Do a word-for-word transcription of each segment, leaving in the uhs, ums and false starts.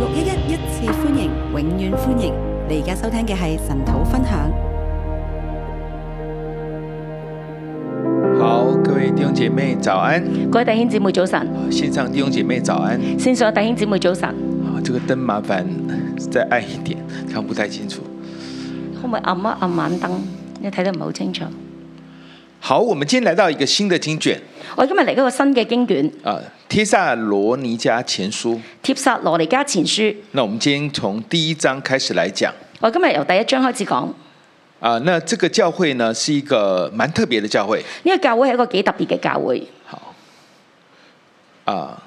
六一一一次歡迎，永遠歡迎！你而家收聽嘅係神土分享。 好，各位弟兄姐妹早安， 各位弟兄姊妹早晨， 線上弟兄姐妹早安， 線上弟兄姊妹早晨。 好，這個燈麻煩再暗一點，看不太清楚。 可唔可以暗一暗晚燈？你睇得唔係好清楚。 好，我們今天來到一個新的經卷。 我今日嚟一個新嘅經卷， 啊，帖撒羅尼迦前書。 帖撒羅尼迦前書。 那我們今天從第一章開始來講。 我今日由第一章開始講。 啊，那這個教會呢，是一個蠻特別的教會。 呢個教會係一個幾特別嘅教會。 好。啊，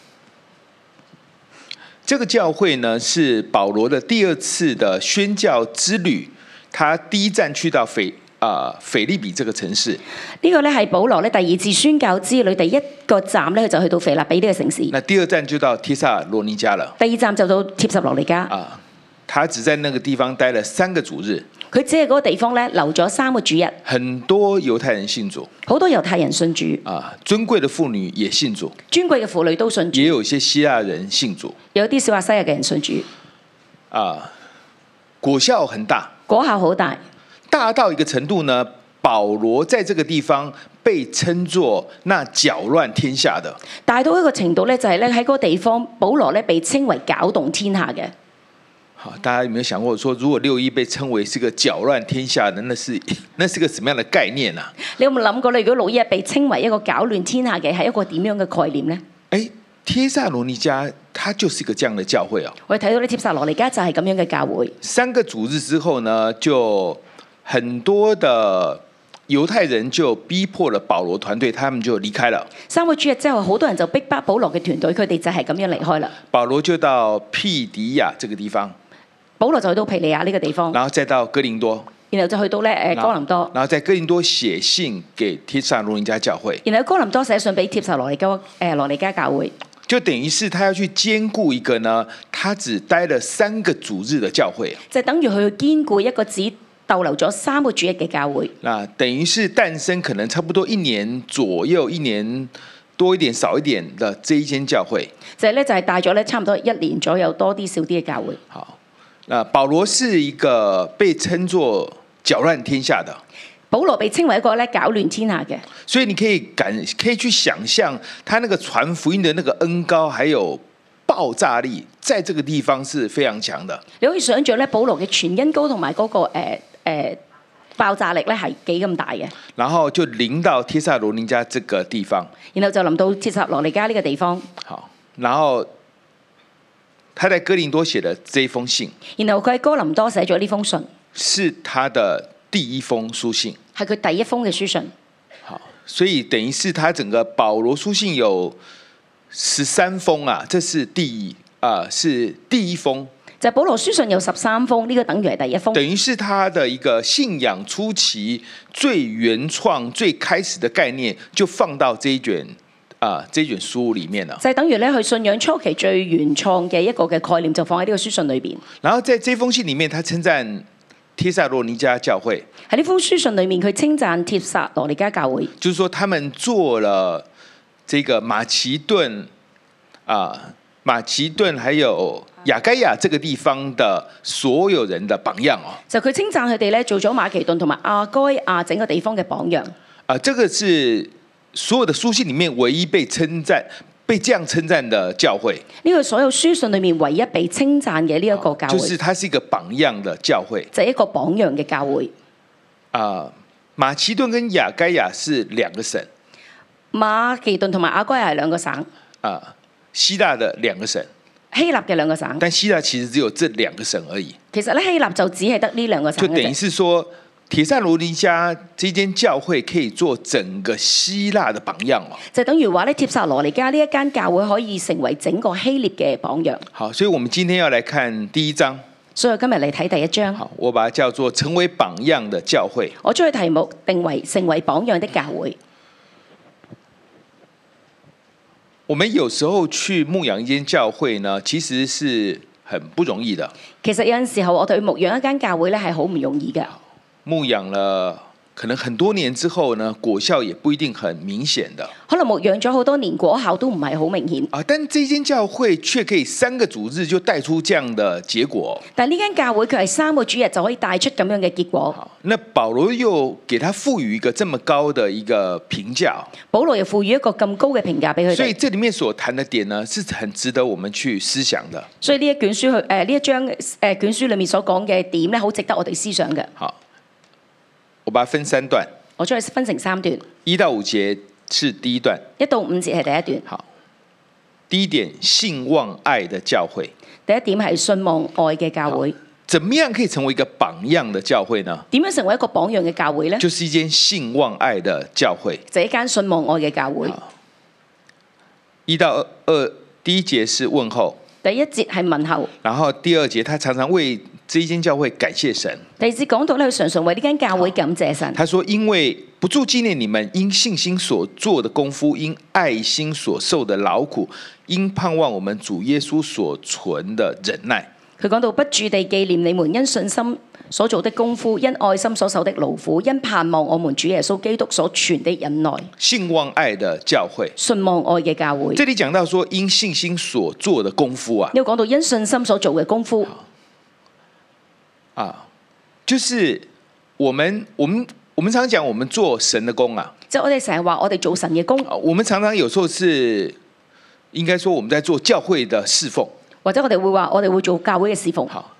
這個教會呢，是保羅的第二次的宣教之旅，他第一站去到腓。啊，腓立比這個城市， 呢個咧係保羅咧第二次宣教之旅第一個站咧，佢就去到腓立比呢個城市。 那第二站就到帖撒羅尼迦了。 第二站就到帖撒羅尼迦。 啊，他只在那個地方待了三個主日。 佢只係嗰個地方咧留咗三個主日。 很多猶太人信主， 好多猶太人信主。 啊，尊貴的婦女也信主， 尊貴嘅婦女都信主， 也有一些希臘人信主， 有啲小亞西亞嘅人信主。 啊，果效很大， 果效好大。 大到一個程度呢，保羅在這個地方被稱作那攪亂天下的。大到一個程度呢，就係咧喺嗰個地方，保羅咧被稱為攪動天下嘅。 好，大家有沒有想過說，如果六一被稱為是個攪亂天下的，那是那是個什麼樣的概念啊？ 你有冇諗過咧？如果六一被稱為一個攪亂天下嘅，係一個點樣嘅概念呢？ 誒，帖撒羅尼迦，它就是一個這樣的教會啊。 我哋睇到呢帖撒羅尼迦就係咁樣嘅教會。三個主日之後呢，就很多的猶太人就逼迫了保羅團隊，他們就離開了。 三個主日之後，好多人就逼迫保羅嘅團隊，佢哋就係咁樣離開啦。 保羅就到庇迪亞這個地方， 保羅就去到庇利亞呢個地方， 然後再到哥林多， 然後就去到咧誒哥林多， 然後在哥林多寫信給帖撒羅尼迦教會， 然後哥林多寫信俾帖撒羅尼迦誒羅尼迦教會， 就等於是他要去兼顧一個呢，他只待了三個主日的教會， 就等於佢去兼顧一個只逗留咗三個主日嘅教會， 那等於是誕生可能差不多一年左右，一年多一點少一點的這一間教會， 就係咧就係帶咗咧差唔多一年左右多啲少啲嘅教會。 好，那保羅是一個被稱作攪亂天下的， 保羅被稱為一個咧攪亂天下嘅， 所以你可以感可以去想象他那個傳福音的那個恩膏，還有爆炸力，在這個地方是非常強的。 你可以想象咧保羅嘅傳恩膏同埋嗰個誒。呃誒、呃、爆炸力咧係幾咁大嘅， 然後就臨到帖撒羅尼迦這個地方， 然後就臨到帖撒羅尼迦呢個地方。 好，然後他在哥林多寫的這封信， 然後佢喺哥林多寫咗呢封信， 是他的第一封書信， 係佢第一封嘅書信。 好，所以等於是他整個保羅書信有十三封啊，這是第一啊、呃，是第一封。 就係保羅書信有十三封，呢、這個等於係第一封。 等於是他的一個信仰初期最原創、最開始的概念，就放到這一卷啊、呃，這一卷書裡面啦。 就係等於咧，佢信仰初期最原創嘅一個嘅概念，就放喺呢個書信裏邊。 然後在這封信裡面，他稱讚帖撒羅尼迦教會。 喺呢封書信裡面，佢稱讚帖撒羅尼迦教會， 就是說他們做了這個馬其頓啊、呃，馬其頓還有亞該亞這個地方的所有人的榜樣哦， 就佢稱讚佢哋咧做咗馬其頓同埋亞該亞整個地方嘅榜樣。 啊，這個是所有的書信裡面唯一被稱讚、被這樣稱讚的教會。 呢個所有書信裡面唯一被稱讚嘅呢一個教會， 就是它是一個榜樣的教會， 就係一個榜樣嘅教會。 啊，馬其頓跟亞該亞是兩個省， 馬其頓同埋亞該亞係兩個省， 啊，希臘的兩個省。 希臘嘅兩個省， 但希臘其實只有這兩個省而已。 其實咧，希臘就只係得呢兩個省。 就等於是說，帖撒羅尼迦這間教會可以做整個希臘的榜樣哦。 就等於話咧，帖撒羅尼迦呢一間教會可以成為整個希臘嘅榜樣。 好，所以我們今天要來看第一章。 所以我今日嚟睇第一章。 好，我把它叫做成為榜樣的教會。 我將佢題目定為成為榜樣的教會。 我們有時候去牧養一間教會呢，其實是很不容易的。 其實有陣時候我哋去牧養一間教會咧，係好唔容易嘅。 牧養了可能很多年之後呢，果效也不一定很明顯的。 可能牧養咗好多年，果效都唔係好明顯。 啊，但這間教會卻可以三個主日就帶出這樣的結果。 但呢間教會佢係三個主日就可以帶出咁樣嘅結果。 好，那保羅又給他賦予一個這麼高的一個評價。 保羅又賦予一個咁高嘅評價俾佢哋。 所以這裡面所談的點呢，是很值得我們去思想的。 所以呢一卷書去誒呢一章誒卷書裡面所講嘅點咧，好值得我哋思想嘅。 好。我把它分三段， 我將佢分成三段， 一到五節是第一段， 一到五節係第一段。 好，第一點，信望愛的教會。 第一點係信望愛嘅教會。 怎麼樣可以成為一個榜樣的教會呢？ 點樣成為一個榜樣嘅教會呢？ 就是一間信望愛的教會， 就係一間信望愛嘅教會。 一到二，第一節是問候， 第一節係問候， 然後第二節他常常為這一間教會感謝神。 第二節講到咧，佢常常為呢間教會感謝神。 他說：因為不住紀念你們因信心所做的功夫，因愛心所受的勞苦，因盼望我們主耶穌所存的忍耐。 佢講到不住地紀念你們因信心所做的功夫，因愛心所受的勞苦，因盼望我們主耶穌基督所存的忍耐。 信望愛的教會， 信望愛嘅教會。 這裡講到說因信心所做的功夫啊， 呢個講到因信心所做嘅功夫。 啊，就是我們我們我們常講我們做神的工啊， 即係我哋成日話我哋做神嘅工， 我們常常有時候是應該說我們在做教會的侍奉， 或者我哋會話我哋會做教會嘅侍奉。 好，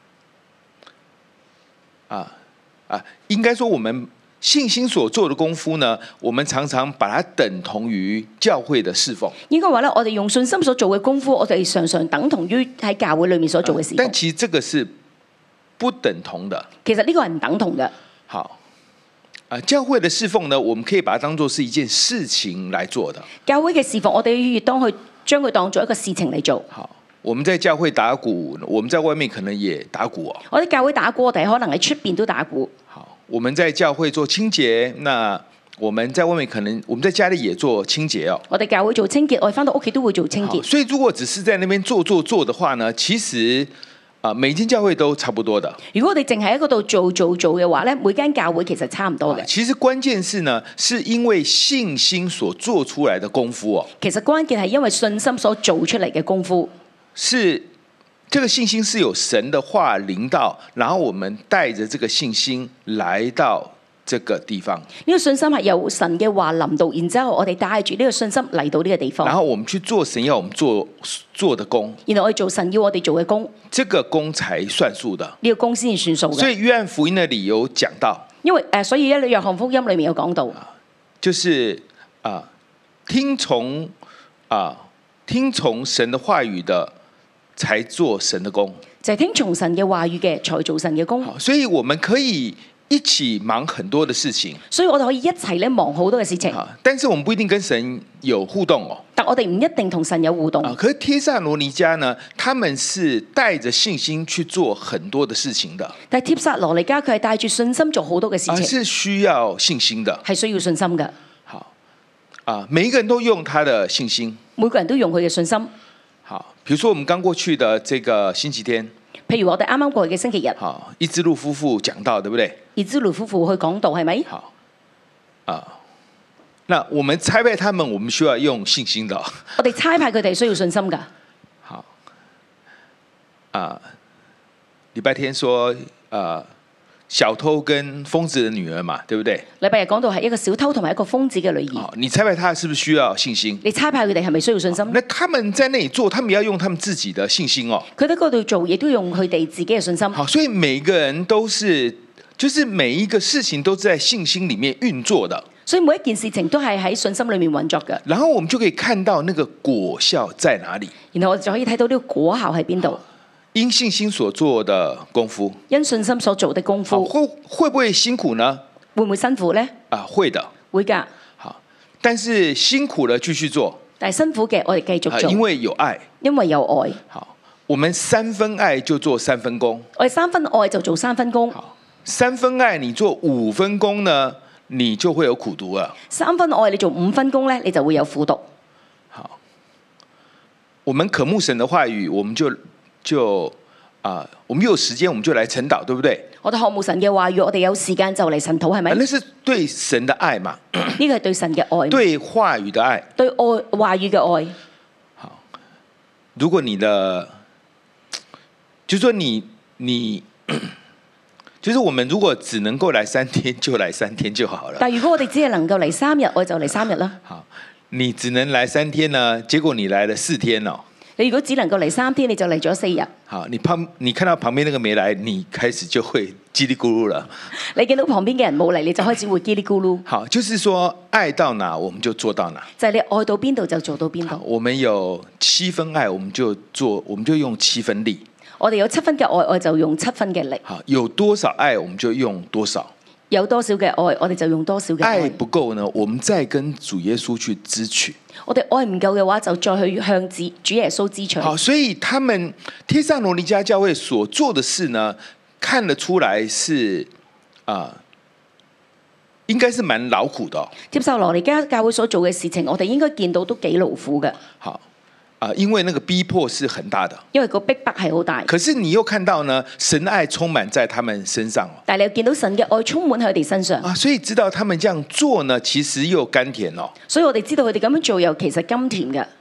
啊啊，應該說我們信心所做的功夫呢，我們常常把它等同於教會的侍奉。 應該話咧，我哋用信心所做嘅功夫，我哋常常等同於喺教會裏面所做嘅事。 但其實這個是不等同的。 其實呢個係唔等同嘅。 好，啊，教會的侍奉呢，我們可以把它當作是一件事情來做的。 教會嘅侍奉，我哋要當佢將佢當做一個事情嚟做。 好，我們在教會打鼓，我們在外面可能也打鼓哦。 我哋教會打鼓，我哋可能喺出邊都打鼓。 好，我們在教會做清潔，那我們在外面可能我們在家裏也做清潔哦。 我哋教會做清潔，我哋返到屋企都會做清潔。 所以如果只是在那邊做做做的話呢，其實啊，每間教會都差不多的。 如果我哋淨喺嗰度做做做嘅話咧，每間教會其實差唔多嘅。 其實關鍵是呢，是因為信心所做出來的功夫哦。 其實關鍵係因為信心所做出嚟嘅功夫， 是這個信心是有神的話臨到，然後我們帶着這個信心來到這個地方。 呢個信心係由神嘅話臨到，然之後我哋帶住呢個信心嚟到呢個地方， 然後我們去做神要我們做做的工， 然後我哋做神要我哋做嘅工， 這個工才算數的。 呢個工先至算數嘅。 所以約翰福音那裡有講到， 因為誒、呃，所以喺約翰福音裏面有講到， 就是啊、呃，聽從啊、呃，聽從神的話語的，才做神的工。 就係聽從神嘅話語嘅，才做神嘅工。 所以我們可以一起忙很多的事情， 所以我哋可以一齊咧忙好多嘅事情。 但是我們不一定跟神有互動哦。 但我哋唔一定同神有互動。 可是帖撒羅尼迦呢，他們是帶着信心去做很多的事情的。 但係帖撒羅尼迦佢係帶住信心做好多嘅事情， 是需要信心的， 係需要信心嘅。 好啊，每一個人都用他的信心， 每個人都用佢嘅信心。 好，比如說我們剛過去的這個星期天。 譬如我哋啱啱過去嘅星期日， 好，伊之路夫婦講到，對不對？ 伊之路夫婦去講道，係咪？ 好，啊，那我們差派他們，我們需要用信心的。 我哋差派佢哋需要信心噶。 好，啊，禮拜天說，啊，小偷跟瘋子的女兒嘛，對不對？ 禮拜日講到係一個小偷同埋一個瘋子嘅女兒。 好，你差派他是不是需要信心？ 你差派佢哋係咪需要信心？ 那他們在那裡做，他們要用他們自己的信心哦。 佢喺嗰度做，亦都用佢哋自己嘅信心。 好，所以每個人都是，就是每一個事情都在信心裡面運作的。 所以每一件事情都係喺信心裡面運作嘅。 然後我們就可以看到那個果效在哪裡。 然後我哋就可以睇到呢個果效喺邊度。 因信心所做的功夫， 因信心所做的功夫， 會會不會辛苦呢？ 會唔會辛苦呢？ 啊，會的， 會㗎。 好，但是辛苦了繼續做， 但係辛苦嘅我哋繼續做， 因為有愛， 因為有愛。 好，我們三分愛就做三分工， 我哋三分愛就做三分工。 好，三分愛你做五分工呢，你就會有苦毒了。 三分愛你做五分工呢，你就會有苦毒。 好，我們渴慕神的話語，我們就就啊、呃，我們有時間我們就來晨禱，對不對？ 我哋渴慕神嘅話語，我哋有時間就嚟神土，係咪？ 啊那是對神的愛嘛， 呢個係對神嘅愛， 對話語的愛。 對愛話語嘅愛。 如果你的，就是說你你，就是我們如果只能夠來三天，就來三天就好了。 但如果我哋只係能夠嚟三日，我就嚟三日啦。 好，你只能來三天呢，結果你來了四天哦。 你如果只能夠嚟三天，你就嚟咗四日。 好，你旁你看到旁邊那個沒來，你開始就會嘰里咕嚕了。 你見到旁邊嘅人冇嚟，你就開始會嘰里咕嚕。 好，就是說愛到哪我們就做到哪。 就係你愛到邊度就做到邊度。 我們有七分愛，我們就做，我們就用七分力。 我哋有七分嘅愛，我就用七分嘅力。 好，有多少愛我們就用多少。 有多少嘅愛，我哋就用多少嘅愛。 愛不夠呢，我們再跟主耶穌去支取。 我哋愛唔夠嘅話，就再去向主主耶穌支取。 好，所以他們帖撒羅尼迦教會所做的事呢，看得出來是啊、呃，應該是蠻勞苦的、哦。 帖撒羅尼迦教會所做嘅事情，我哋應該見到都幾勞苦嘅。 好。啊，因為那個逼迫是很大的， 因為個逼迫係好大。 可是你又看到呢，神的愛充滿在他們身上。 但係你又見到神嘅愛充滿喺佢哋身上。 啊，所以知道他們這樣做呢，其實又甘甜哦。 所以我哋知道佢哋咁樣做又其實甘甜嘅。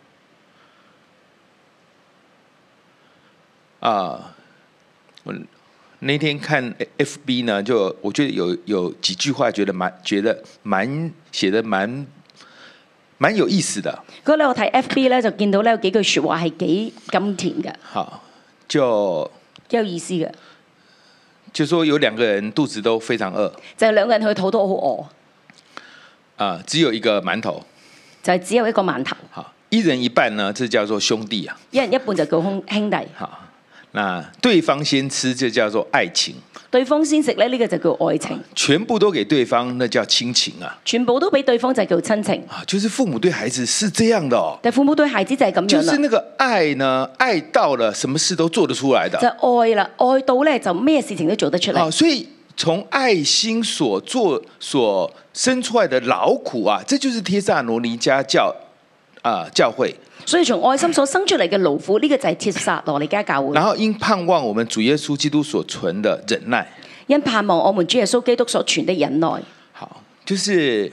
啊，我那天看 F B 呢，就我覺得有有幾句話，覺得蠻覺得蠻寫得蠻。蠻有意思的。 嗰日我睇 F B 咧，就見到咧有幾句説話係幾甘甜嘅。 好，就幾有意思嘅。 就說有兩個人肚子都非常餓。 就係兩個人佢肚都好餓。 啊，只有一個饅頭。 就係只有一個饅頭。 好，一人一半呢，這叫做兄弟啊。 一人一半就叫兄兄弟。 好，那對方先吃，就叫做愛情。 對方先食咧，呢、這個就叫愛情。 全部都給對方，那叫親情啊。 全部都俾對方就叫親情。 啊，就是父母對孩子是這樣的哦。 但父母對孩子就係咁樣啦。 就是那個愛呢，愛到了，什麼事都做得出來的。 就愛啦，愛到咧就咩事情都做得出嚟。 啊，所以從愛心所做所生出來的勞苦啊，這就是帖撒羅尼迦教啊教會。 所以從愛心所生出嚟嘅勞苦，呢、這個就係帖撒羅尼迦教會。 然後因盼望我們主耶穌基督所存的忍耐， 因盼望我們主耶穌基督所存的忍耐。 好，就是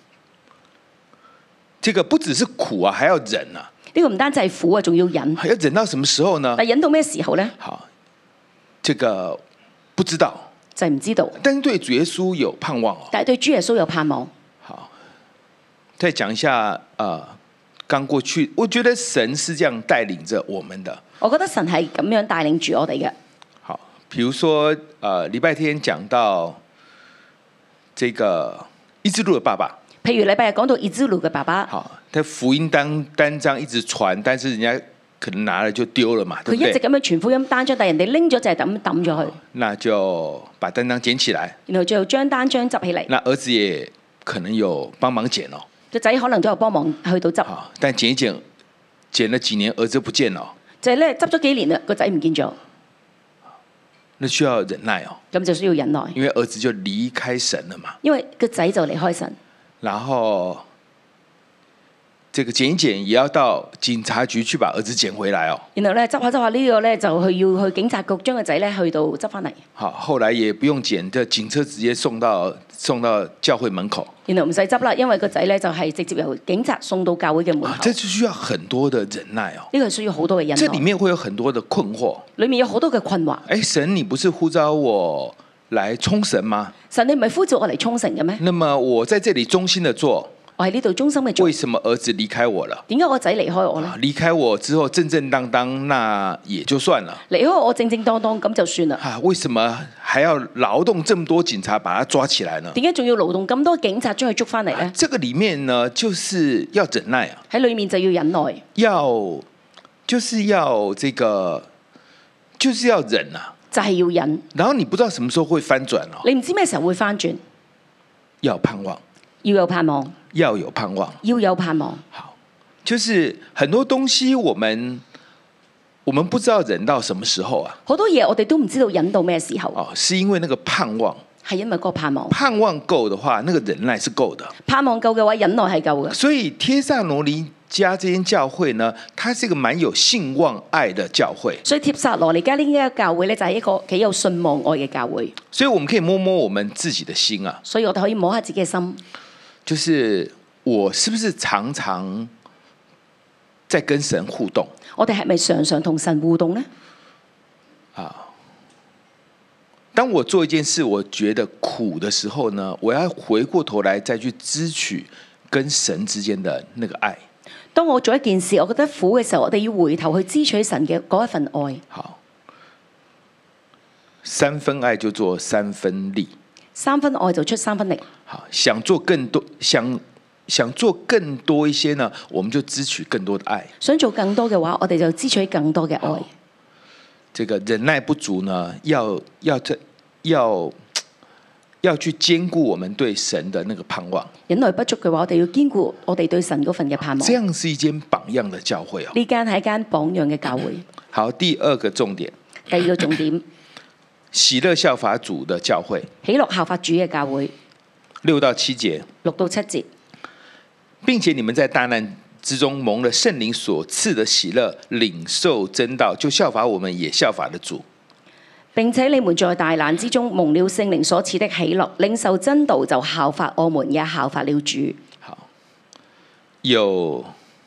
這個不只是苦啊，還要忍啊。 呢個唔單止係苦啊，仲要忍。 要忍到什麼時候呢？ 但忍到咩時候呢？ 好，這個不知道， 就係唔知道。 但是對主耶穌有盼望哦。 但係對主耶穌有盼望。 好，再講一下啊。呃剛過去，我覺得神是這樣帶領着我們的。 我覺得神係咁樣帶領住我哋嘅。 好，比如說，呃，禮拜天講到這個一之路的爸爸。 譬如禮拜日講到一之路嘅爸爸。 好，他福音單單張一直傳，但是人家可能拿了就丟了嘛， 佢一直咁樣傳福音單張，但係人哋拎咗就係咁抌咗去。 那就把單張撿起來。 然後最後將單張執起嚟。 那兒子也可能有幫忙撿哦。 個仔可能都有幫忙去到執， 但撿一撿，撿了幾年，兒子不見了。 就係咧執咗幾年啦，個仔唔見咗。 那需要忍耐哦。 咁就需要忍耐， 因為兒子就離開神了嘛。 因為個仔就離開神。 然後，這個撿一撿，也要到警察局去把兒子撿回來哦。 然後咧執下執下呢個咧就去要去警察局將個仔咧去到執翻嚟。 好，後來也不用撿，就警車直接送到送到教會門口。 然後唔使執啦，因為個仔咧就係直接由警察送到教會嘅門口。 啊，這就需要很多的忍耐哦。 呢個需要好多嘅忍耐。 這裡面會有很多的困惑。 裡面有好多嘅困惑。 誒，神，你不是呼召我來沖繩嗎？ 神，你唔係呼召我嚟沖繩嘅咩？ 那麼我在這裡忠心的做。 我喺呢度忠心嘅做。 為什麼兒子離開我了？ 點解我仔離開我呢？ 離開我之後正正當當，那也就算了。 離開我正正當當咁就算啦。 啊，為什麼還要勞動這麼多警察把他抓起來呢？ 點解仲要勞動咁多警察將佢捉翻嚟呢？ 啊，這個裡面呢，就是要忍耐啊。 喺裡面就要忍耐， 要就是要這個，就是要忍啊。 就係要忍。 然後你不知道什麼時候會翻轉哦。 你唔知咩時候會翻轉。 要盼望。 要有盼望。 要有盼望， 要有盼望。 好，就是很多東西，我們我們不知道忍到什麼時候啊。 好多嘢我哋都唔知道忍到咩時候。 哦，是因為那個盼望， 係因為嗰個盼望。 盼望夠的話，那個忍耐是夠的。 盼望夠嘅話，忍耐係夠嘅。 所以帖撒羅尼家这間教會呢，它是一個蠻有信望愛的教會。 所以帖撒羅尼迦呢間教會咧就係一個幾有信望愛嘅教會。 所以我們可以摸摸我們自己的心啊。 所以我哋可以摸下自己嘅心， 就是我是不是常常在跟神互動？ 我哋係咪常常同神互動呢？ 啊，當我做一件事，我覺得苦的時候呢，我要回過頭來再去支取跟神之間的那個愛。 當我做一件事，我覺得苦嘅時候，我哋要回頭去支取神嘅嗰一份愛。 好，三分愛就做三分力， 三分愛就出三分力。 好，想做更多，想想做更多一些呢，我們就支取更多的愛。 想做更多嘅話，我哋就支取更多嘅愛。 這個忍耐不足呢，要要要要去兼顧我們對神的那個盼望。 忍耐不足嘅話，我哋要兼顧我哋對神嗰份嘅盼望。 這樣是一間榜樣的教會哦。 呢間係一間榜樣嘅教會。 好，第二個重點。 第二個重點， 喜樂效法主的教會。 喜樂效法主嘅教會。 六到七節。 六到七節。 並且你們在大難之中蒙了聖靈所賜的喜樂，領受真道，就效法我們也效法了主。 並且你們在大難之中蒙了聖靈所賜的喜樂，領受真道，就效法我們也效法了主。 好，有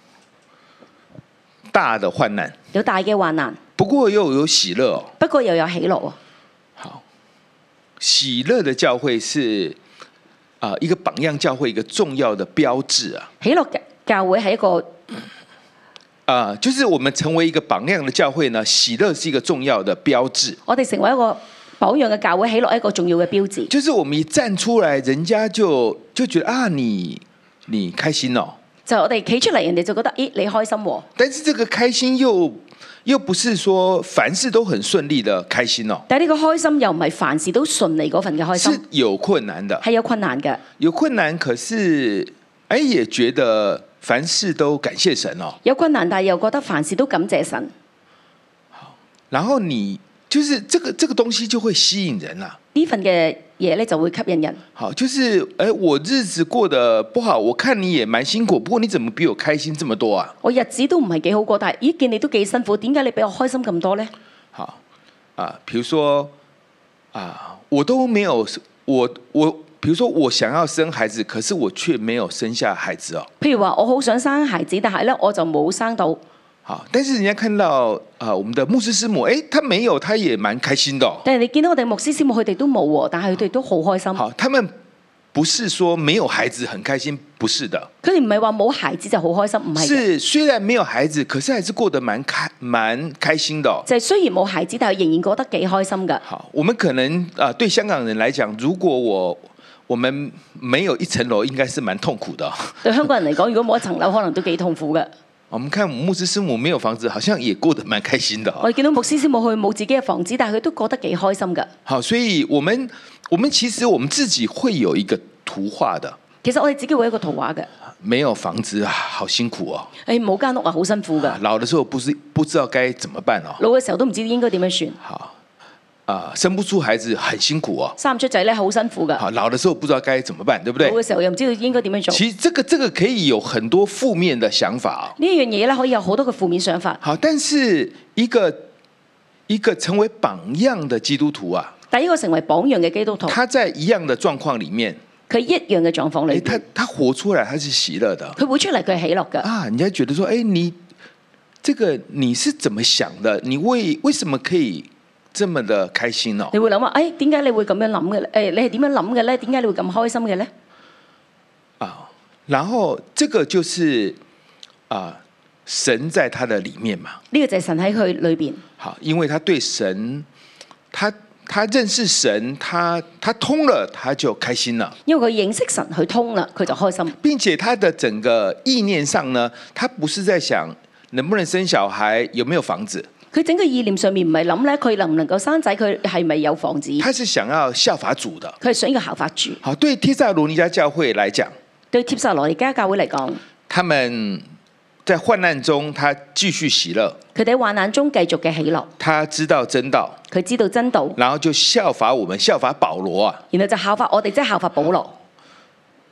大的患難， 有大嘅患難， 不過又有喜樂哦。 不過又有喜樂喎。 好，喜樂的教會是啊、呃、一個榜樣教會一個重要的標誌啊。 喜樂教會係一個啊、呃，就是我們成為一個榜樣的教會呢，喜樂是一個重要的標誌。 我哋成為一個榜樣嘅教會，喜樂係一個重要嘅標誌。 就是我們一站出來，人家就就覺得啊，你你開心哦。 就我哋企出嚟，人哋就覺得，咦，你開心喎。 但是這個開心又又不是說凡事都很順利的開心哦。 但係呢個開心又唔係凡事都順利嗰份嘅開心， 是有困難的， 係有困難嘅。 有困難，可是哎也覺得凡事都感謝神哦。 有困難，但係又覺得凡事都感謝神。 好，然後你就是這個這個東西就會吸引人啦。 呢份嘅嘢咧就會吸引人。 好，就是哎，我日子過得不好，我看你也蠻辛苦，不過你怎麼比我開心這麼多啊？ 我日子都唔係幾好過，但係咦見你都幾辛苦，點解你比我開心咁多呢？ 好啊，譬如說啊，我都沒有我我，譬如說我想要生孩子，可是我卻沒有生下孩子哦。 譬如話我好想生孩子，但係咧我就冇生到。 好，但是人家看到啊，我們的牧師師母，誒，他沒有，他也蠻開心的哦。 但係你見到我哋牧師師母，佢哋都冇喎，但係佢哋都好開心。 好，他們不是說沒有孩子很開心，不是的。 佢哋唔係話冇孩子就好開心，唔係。 是雖然沒有孩子，可是還是過得蠻開蠻開心的哦。 就係雖然冇孩子，但係仍然過得幾開心㗎。 好，我們可能啊，對香港人來講，如果我我們沒有一層樓，應該是蠻痛苦的哦。 對香港人嚟講，如果冇一層樓，可能都幾痛苦嘅。 我們看牧師師母沒有房子，好像也過得蠻開心的哦。 我哋見到牧師師母佢冇自己嘅房子，但係佢都過得幾開心㗎。 好，所以我們我們其實我們自己會有一個圖畫的。 其實我哋自己會有一個圖畫嘅。 沒有房子啊，好辛苦哦。 誒，冇間屋啊，好辛苦㗎。 老的時候不是不知道該怎麼辦哦。 老嘅時候都唔知應該點樣算。 好。啊、呃，生不出孩子很辛苦哦。 生唔出仔咧，好辛苦噶。 好，老的時候不知道該怎麼辦，對不對？ 老嘅時候又唔知道應該點樣做。 其實這個這個可以有很多負面的想法哦。 呢樣嘢咧可以有好多嘅負面想法。 好，但是一個一個成為榜樣的基督徒啊， 第一個成為榜樣嘅基督徒， 他在一樣的狀況裡面， 佢一樣嘅狀況裏面， 他他活出來，他是喜樂的。 佢活出嚟，佢係喜樂嘅。 啊，人家覺得說，哎，你這個你是怎麼想的？你為為什麼可以這麼的開心哦？ 你會諗話，誒，點解你會咁樣諗嘅咧？誒，你係點樣諗嘅咧？點解你會咁開心嘅咧？ 啊，然後這個就是啊，神在他的裡面嘛。 呢個就係神喺佢裏邊。 好，因為他對神，他他認識神，他他通了，他就開心了。 因為佢認識神，佢通啦，佢就開心。 並且他的整個意念上呢，他不是在想能不能生小孩，有沒有房子。 佢整個意念上面唔係諗咧，佢能唔能夠生仔，佢係咪有房子？ 他是想要效法主的， 佢係想要效法主。 好，對帖撒羅尼迦教會來講， 對帖撒羅尼迦教會嚟講， 他們在患難中，他繼續喜樂。 佢哋喺患難中繼續嘅喜樂。 他知道真道， 佢知道真道， 然後就效法我們，效法保羅啊。 然後就效法我哋，即係效法保羅。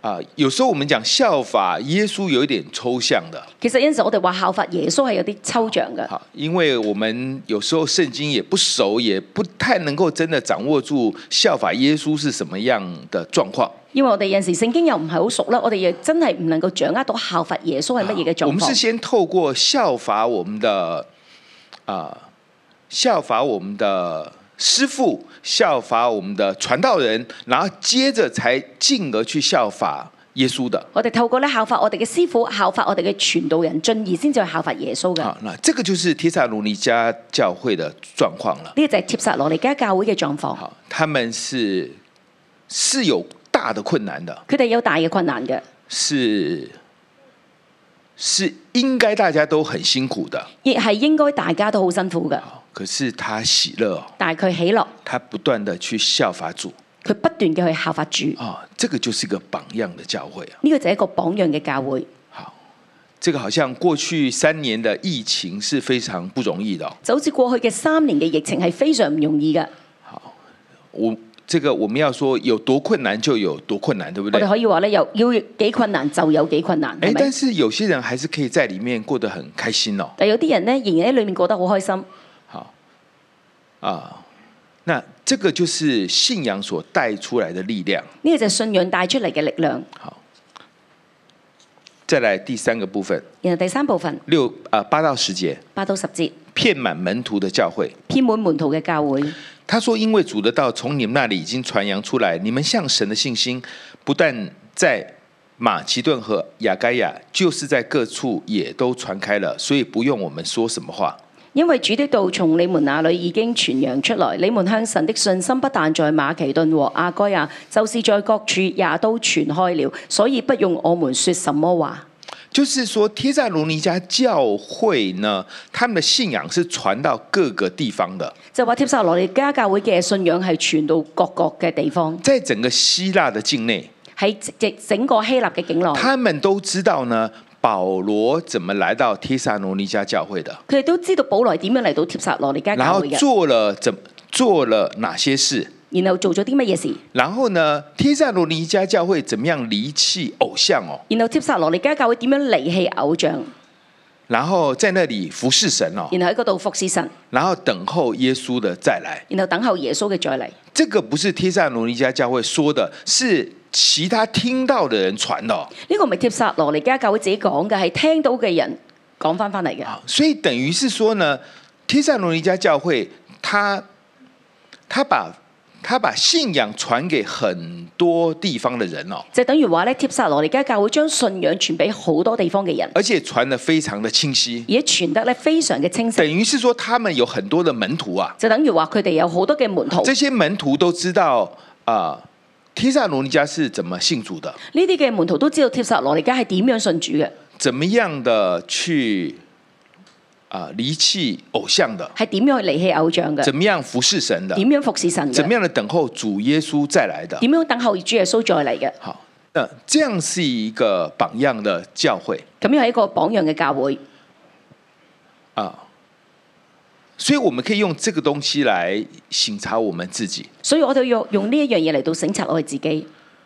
啊，有時候我們講效法耶穌有一點抽象的。 其實有陣時我哋話效法耶穌係有啲抽象嘅。 好，因為我們有時候聖經也不熟，也不太能夠真的掌握住效法耶穌是什麼樣的狀況。 因為我哋有陣時聖經又唔係好熟啦，我哋亦真係唔能夠掌握到效法耶穌係乜嘢嘅狀況。 我們是先透過效法我們的啊、呃，效法我們的師父，效法我們的傳道人，然後接着才進而去效法耶穌的。 我哋透過咧效法我哋嘅師父，效法我哋嘅傳道人，進而先至去效法耶穌嘅。 好，那這個就是帖撒羅尼迦教會的狀況了。 呢個就係帖撒羅尼迦教會嘅狀況。 好，他們是是有大的困難的。 佢哋有大嘅困難嘅。 是是應該大家都很辛苦的。 亦係應該大家都好辛苦嘅。 可是他喜樂， 但係佢喜樂， 他不斷的去效法主， 佢不斷嘅去效法主。 啊、哦，這個就是一個榜樣的教會啊。 呢個就係一個榜樣嘅教會。 好，這個好像過去三年的疫情是非常不容易的、哦。 就好似過去嘅三年嘅疫情係非常唔容易嘅。 好，我這個我們要說有多困難就有多困難，對不對？ 我哋可以話咧，有要幾困難就有幾困難。 誒， 係咪？ 但是有些人還是可以在裡面過得很開心哦。 但有啲人呢，仍然喺裡面過得好開心。 好，啊，那這個就是信仰所帶出來的力量。 呢個就係信仰帶出嚟嘅力量。 好，再來第三個部分。 然後第三部分六啊八到十節， 八到十節， 遍滿門徒的教會。 遍滿門徒嘅教會。 他說：因為主的道從你們那裡已經傳揚出來，你們向神的信心不但在馬其頓和亞該亞，就是在各處也都傳開了，所以不用我們說什麼話。 因為主的道從你們那裡已經傳揚出來，你們向神的信心不但在馬其頓和亞該亞，就是在各處也都傳開了，所以不用我們說什麼話。 就是說，帖撒羅尼迦教會呢，他們的信仰是傳到各個地方的。 就話帖撒羅尼迦教會嘅信仰係傳到各國嘅地方， 在整個希臘的境內， 喺整整個希臘嘅境內， 他們都知道呢，保羅怎麼來到帖撒羅尼迦教會的。 佢哋都知道保羅點樣嚟到帖撒羅尼迦然後教會嘅， 做了怎做了哪些事。 然後做咗啲乜嘢事？ 然後呢，帖撒羅尼迦教會怎麼樣離棄偶像哦？ 然後帖撒羅尼迦教會點樣離棄偶像？ 然後在那裡服侍神哦。 然後喺嗰度服侍神， 然後等候耶穌的再來。 然後等候耶穌嘅再嚟。 這個不是帖撒羅尼迦教會說的，是其他聽到的人傳的哦。 呢個唔係帖撒羅尼迦教會自己講嘅，係聽到嘅人講翻翻嚟嘅。 所以等於是說呢，帖撒羅尼迦教會，他他把他把信仰傳給很多地方的人哦， 就等於話咧，帖撒羅尼迦教會將信仰傳俾好多地方嘅人， 而且傳得非常的清晰， 而且傳得咧非常嘅清晰。 等於是說，他們有很多的門徒啊， 就等於話佢哋有好多嘅門徒， 這些門徒都知道啊，帖撒羅尼迦是怎麼信主的， 呢啲嘅門徒都知道帖撒羅尼迦係點樣信主嘅， 怎麼樣的去啊離棄偶像的， 係點樣去離棄偶像嘅， 怎麼樣服侍神的， 點樣服侍神嘅， 怎麼樣的等候主耶穌再來的， 點樣等候主耶穌再嚟嘅。 好，那這樣是一個榜樣的教會， 咁樣係一個榜樣嘅教會啊，所以我們可以用這個東西來省察我們自己。 所以我哋要用呢一樣嘢嚟到省察我哋自己。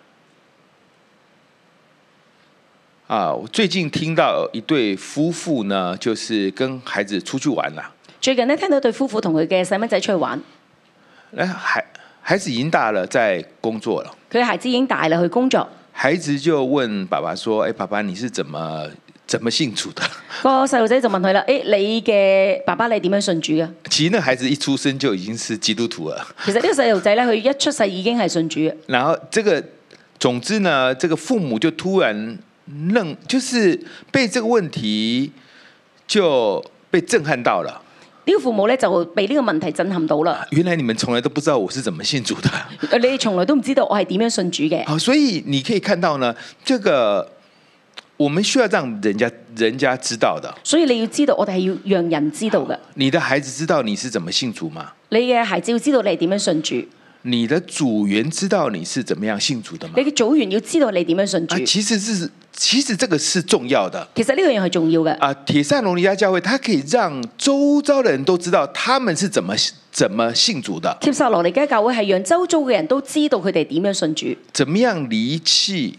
啊，我最近聽到一對夫婦呢，就是跟孩子出去玩啦。 最近呢，聽到對夫婦同佢嘅細蚊仔出去玩， 誒，孩孩子已經大了，在工作了。 佢嘅孩子已經大啦，去工作。 孩子就問爸爸說：誒，爸爸，你是怎麼怎麼信主的？ 個細路仔就問佢啦：誒，你嘅爸爸你點樣信主嘅？ 其實那孩子一出生就已經是基督徒了。 其實呢個細路仔咧，佢一出世已經係信主嘅。 然後這個總之呢，這個父母就突然愣，就是被這個問題就被震撼到了。 呢個父母咧就被呢個問題震撼到啦。 原來你們從來都不知道我是怎麼信主的。 你哋從來都唔知道我係點樣信主嘅。 好，所以你可以看到呢，這個我們需要讓人家人家知道的。 所以你要知道，我哋係要讓人知道嘅。 你的孩子知道你是怎麼信主嗎？ 你嘅孩子要知道你係點樣信主。 你的組員知道你是怎麼樣信主的嗎？ 你嘅組員要知道你點樣信主。 啊，其實是其實這個是重要的。 其實呢樣嘢係重要嘅。 啊，帖撒羅尼迦教會，它可以讓周遭的人都知道他們是怎麼怎麼信主的。 帖撒羅尼迦教會係讓周遭嘅人都知道佢哋點樣信主， 怎麼樣離棄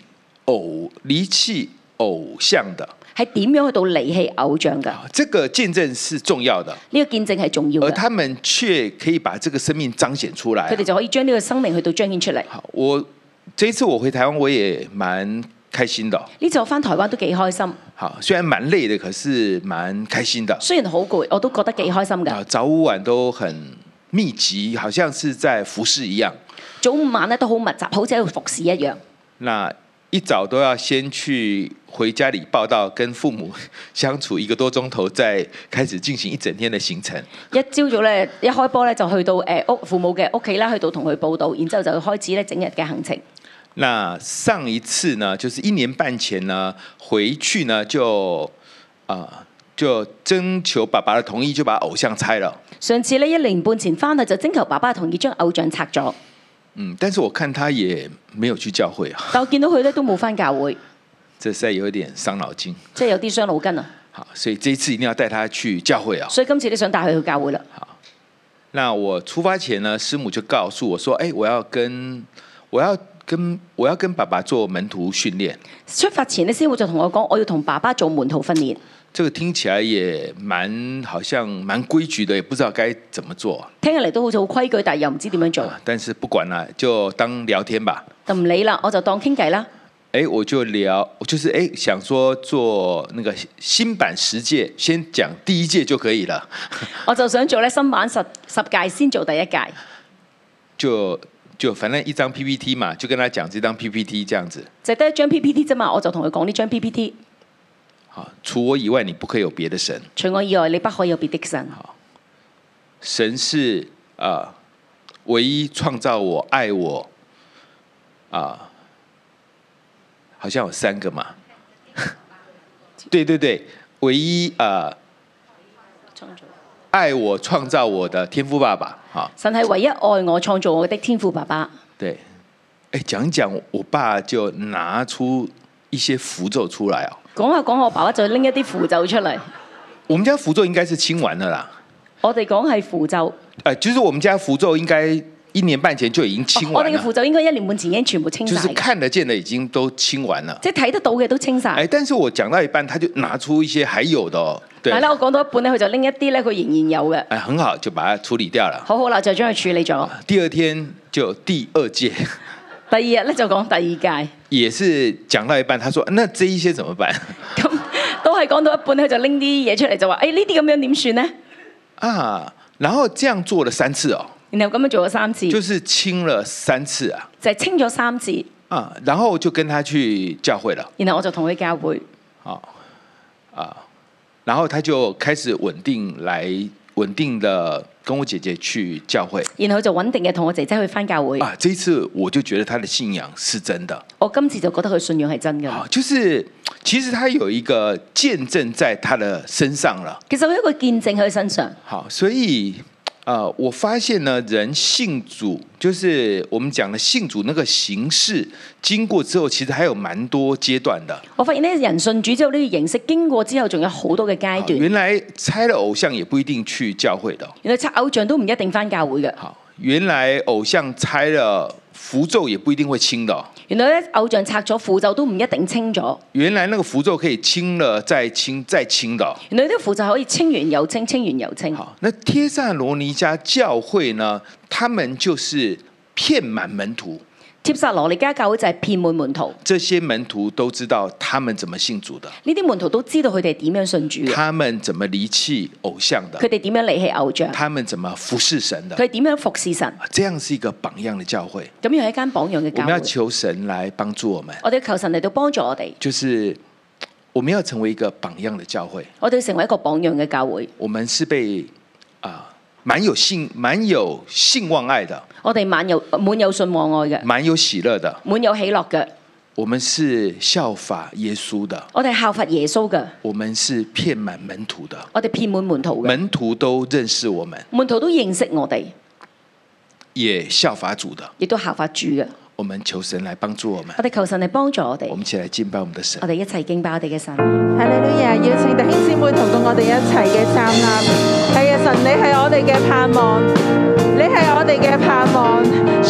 偶離棄偶像的。 係點樣去到離棄偶像㗎？ 這個見證是重要的， 呢個見證係重要嘅。 而他們卻可以把這個生命彰顯出來。 佢哋就可以將呢個生命去到彰顯出嚟。 好，我這一次我回台灣，我也蠻開心的。 呢次我返台灣都幾開心。 好，雖然蠻累的，可是蠻開心的。 雖然好攰，我都覺得幾開心㗎。 早午晚都很密集，好像是在服侍一樣。 早午晚咧都好密集，好似喺度服侍一樣。 那一早都要先去回家裡報到，跟父母相處一個多鐘頭，再開始進行一整天的行程。 一朝早咧，一開波咧就去到誒屋父母嘅屋企啦，去到同佢報到，然之後就開始咧整日嘅行程。 那上一次呢，就是一年半前呢，回去呢就啊、呃、就徵求爸爸的同意，就把偶像拆了。 上次呢，一年半前翻去就徵求爸爸同意將偶像拆咗。 嗯，但是我看他也沒有去教會啊。 但我見到佢咧都冇翻教會， 這實在有點傷腦筋。 即係有啲傷腦筋啊。 好，所以這一次一定要帶他去教會啊。 所以今次你想帶佢去教會啦。 好，那我出發前呢，師母就告訴我說：，誒、欸，我要跟我要跟我要跟爸爸做門徒訓練。 出發前呢，師母就同我講，我要同爸爸做門徒訓練。 這個聽起來也蠻好像蠻規矩的，也不知道該怎麼做。 聽起嚟都好似好規矩，但係又唔知點樣做。 啊、但是不管啦，就當聊天吧。 就唔理啦，我就當傾偈啦。 誒，我就聊，我就是誒想說做那個新版十屆，先講第一屆就可以了。 我就想做咧新版十十屆，先做第一屆。 就就反正一張 P P T 嘛，就跟他講這張 P P T 這樣子。 就得一張 P P T 啫嘛，我就同佢講呢張 P P T。 好，除我以外，你不可以有別的神。 除我以外，你不可以有別的神。 好，神是啊、呃，唯一創造我、愛我啊、呃，好像有三個嘛。對對對，唯一啊、呃，愛我、創造我的天父爸爸。好， 神係唯一愛我、創造我的天父爸爸。 對，誒，講一講，我爸就拿出一些符咒出來哦。 講下講下，我爸爸就拎一啲符咒出嚟。 我們家符咒應該是清完了啦。 我哋講係符咒。誒、 呃，就是我們家符咒應該一年半前就已經清完了。 哦、我哋嘅符咒應該一年半前已經全部清晒。 就是看得見的已經都清完了。 即係睇得到嘅都清晒。誒、 哎，但是我講到一半，他就拿出一些還有的、哦。對。係啦， 我講到一半咧，佢就拎一啲咧，佢仍然有嘅。誒、 哎，很好，就把它處理掉了。 好好啦，就將佢處理咗。 第二天就第二屆。 第二日咧就講第二屆。也是講到一半，他說：那這一些怎麼辦？ 咁都係講到一半，佢就拎啲嘢出嚟就話：誒呢啲咁樣點算呢？ 啊，然後這樣做了三次哦。 然後咁樣做咗三次。就是清了三次啊。 就係清咗三次。 啊，然後就跟他去教會了。 然後我就同佢教會。 啊啊，然後他就開始穩定來穩定的跟我姐姐去教會。然後就穩定嘅同我姐姐去返教會。啊，這一次我就覺得他的信仰是真的。我今次就覺得佢信仰係真嘅。啊，就是其實他有一個見證在他的身上了。其實有一個見證喺佢身上。好，所以。呃，我發現呢，人信主，就是我們講的信主那個形式，經過之後，其實還有蠻多階段的。我發現呢，人信主之後呢個形式經過之後，仲有好多嘅階段。原來拆了偶像也不一定去教會的。原來拆偶像都唔一定返教會嘅。好，原來偶像拆了符咒也不一定會清的。原來咧偶像拆咗符咒都唔一定清咗。原來那個符咒可以清了再清再清的。原來呢個符咒可以清完又清，清完又清。好，那帖撒羅尼迦教會呢？他們就是遍滿門徒。帖撒羅尼迦教會就係遍滿門徒。這些門徒都知道他們怎麼信主的。呢啲門徒都知道佢哋點樣信主嘅。他們怎麼離棄偶像的？佢哋點樣離棄偶像？他們怎麼服侍神的？佢哋點樣服侍神？這樣是一個榜樣的教會。咁樣係一間榜樣嘅教會。我們要求神來幫助我們。我哋求神嚟到幫助我哋。就是我們要成為一個榜樣的教會。我哋要成為一個榜樣嘅教會。我們是被啊。蠻有信、蠻有信望愛的，我哋滿有滿有信望愛嘅，蠻有喜樂的，滿有喜樂嘅。我們是效法耶穌的，我哋效法耶穌嘅。我們是遍滿門徒的，我哋遍滿門徒嘅，門徒都認識我們，門徒都認識我哋，也效法主的，亦都效法主嘅。我們求神來幫助我們，我哋求神嚟幫助我哋。我們一起來敬拜我們的神，我哋一齊敬拜我哋嘅神。哈利路亞！邀請弟兄姊妹同到我哋一齊嘅站立。係啊，神你係我哋嘅盼望，你係我哋嘅盼望。主，我哋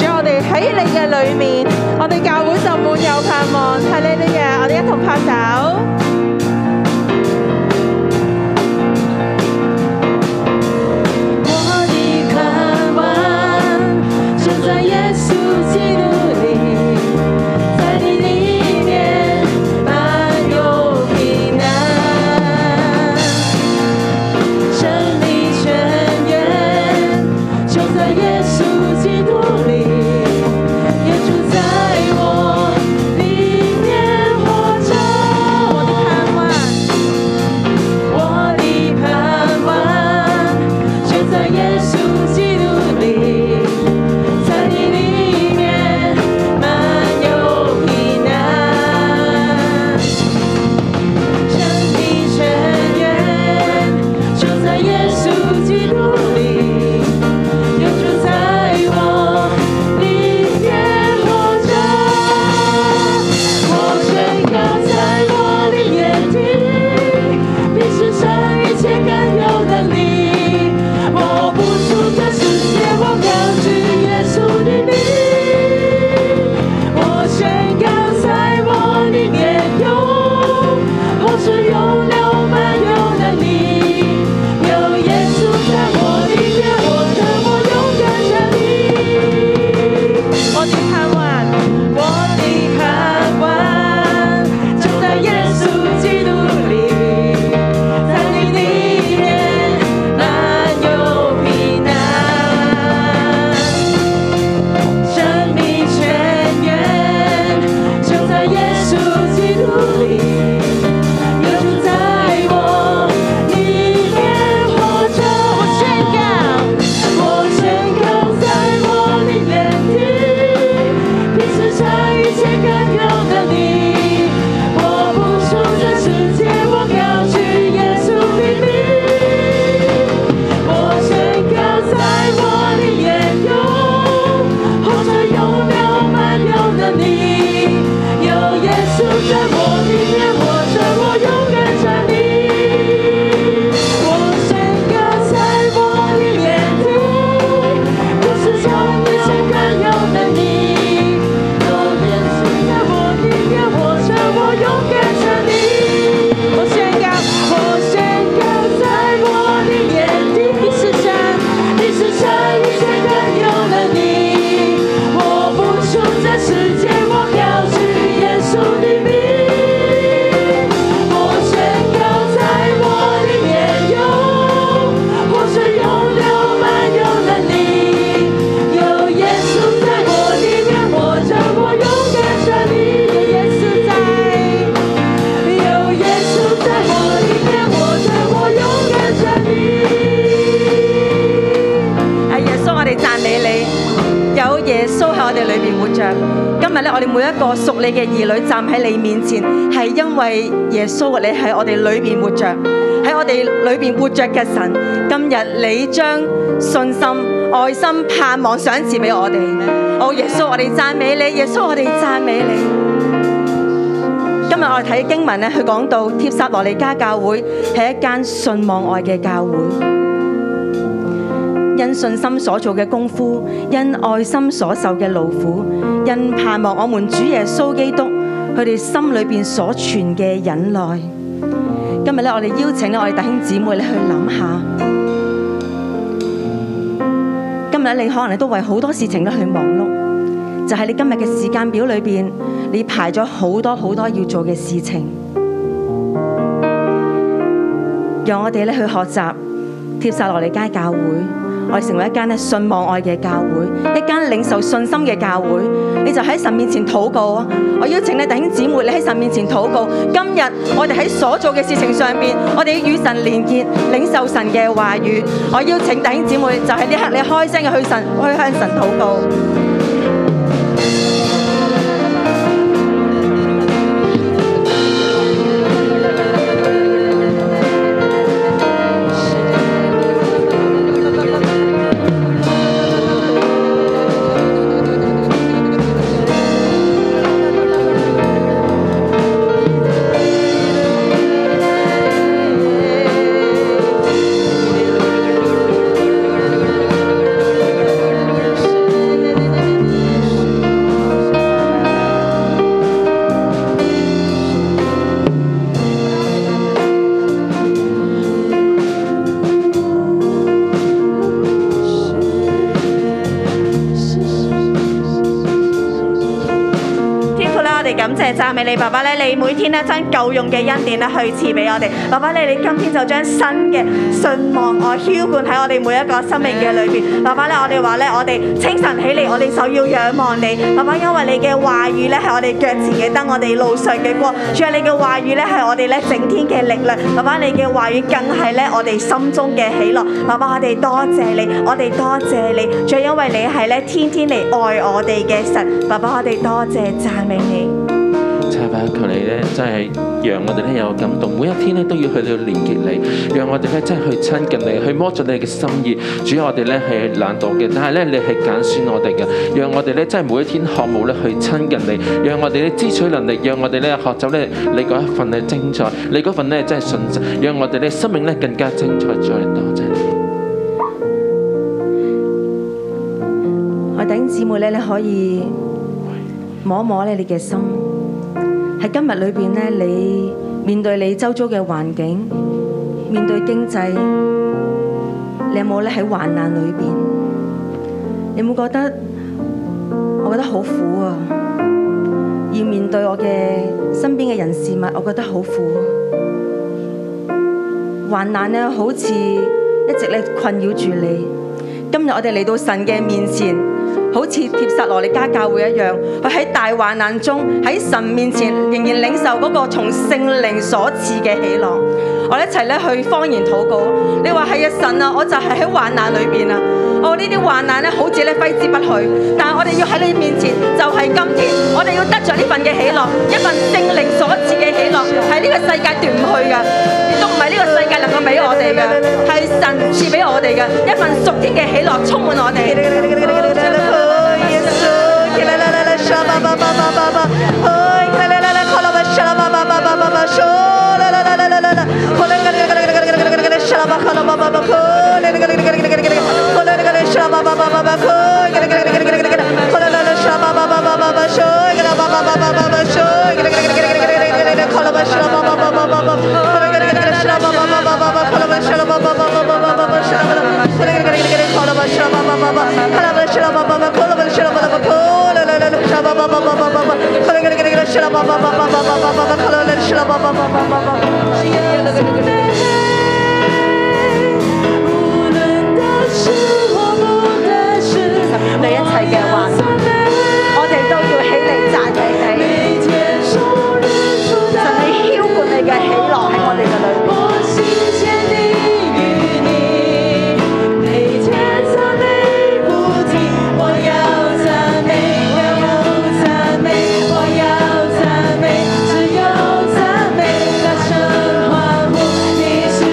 喺你嘅裏面，我哋教會就滿有盼望。哈利路亞！我哋一同拍手。 我哋每一個屬你嘅兒女站喺你面前，係因為耶穌你喺我哋裏邊活着，喺我哋裏邊活着嘅神。今日你將信心、愛心、盼望賞賜俾我哋。哦，耶穌，我哋讚美你，耶穌，我哋讚美你。今日我哋睇經文咧，佢講到帖撒羅尼迦教會係一間信望愛嘅教會。因信心所做嘅功夫，因愛心所受嘅勞苦，因盼望我們主耶穌基督佢哋心裏邊所存嘅忍耐。今日咧，我哋邀請咧我哋弟兄姊妹咧去諗下，今日你可能你都為好多事情咧去忙碌，就係你今日嘅時間表裏邊，你排咗好多好多要做嘅事情。讓我哋咧去學習帖撒羅尼迦教會。我哋成為一間咧信望愛嘅教會，一間領受信心嘅教會。你就喺神面前禱告啊！我邀請你弟兄姊妹，你喺神面前禱告。今日我哋喺所做嘅事情上邊，我哋與神連結，領受神嘅話語。我邀請弟兄姊妹，就喺呢刻你開聲嘅去神，去向神禱告。 謝讚美你，爸爸咧，你每天咧將夠用嘅恩典咧去賜俾我哋。爸爸咧，你今天就將新嘅信望愛澆灌喺我哋每一個生命嘅裏邊。爸爸咧，我哋話咧，我哋清晨起嚟，我哋就要仰望你。爸爸，因為你嘅話語咧係我哋腳前嘅燈，我哋路上嘅光。主啊，你嘅話語咧係我哋咧整天嘅力量。爸爸，你嘅話語更係咧我哋心中嘅喜樂。爸爸，我哋多謝你，我哋多謝你。主啊，因為你係咧天天嚟愛我哋嘅神。爸爸，我哋多謝讚美你。 差爸，求你咧，真係讓我哋咧有感動，每一天咧都要去到連結你，讓我哋咧真係去親近你，去摸咗你嘅心意。主啊，我哋咧係懶惰嘅，但係咧你係揀選我哋嘅，讓我哋咧真係每一天渴慕咧去親近你，讓我哋咧支取能力，讓我哋咧學習咧你嗰一份嘅精彩，你嗰份咧真係信實，讓我哋咧生命咧更加精彩。再多謝你。 我弟兄姊妹咧，你可以摸一摸咧你嘅心。喺今日裏邊咧，你面對你周遭嘅環境，面對經濟，你有冇咧喺患難裏邊？你有冇覺得我覺得好苦啊？要面對我嘅身邊嘅人事物，我覺得好苦啊！患難咧，好似一直咧困擾住你。今日我哋嚟到神嘅面前。好似帖撒羅尼迦教會一樣，佢喺大患難中喺神面前仍然領受嗰個從聖靈所賜嘅喜樂。我哋一齊咧去方言禱告。你話係啊，神啊，我就係喺患難裏邊啊。我呢啲患難咧好似咧揮之不去，但係我哋要喺你面前，就係今天，我哋要得着呢份嘅喜樂，一份聖靈所賜嘅喜樂，係呢個世界奪唔去嘅，亦都唔係呢個世界能夠俾我哋嘅，係神賜俾我哋嘅一份屬天嘅喜樂，充滿我哋。你一切嘅患難，我哋都要起嚟讚美你。神，你澆灌你嘅喜樂喺我哋嘅裏面。 只有赞美，大声欢呼，你是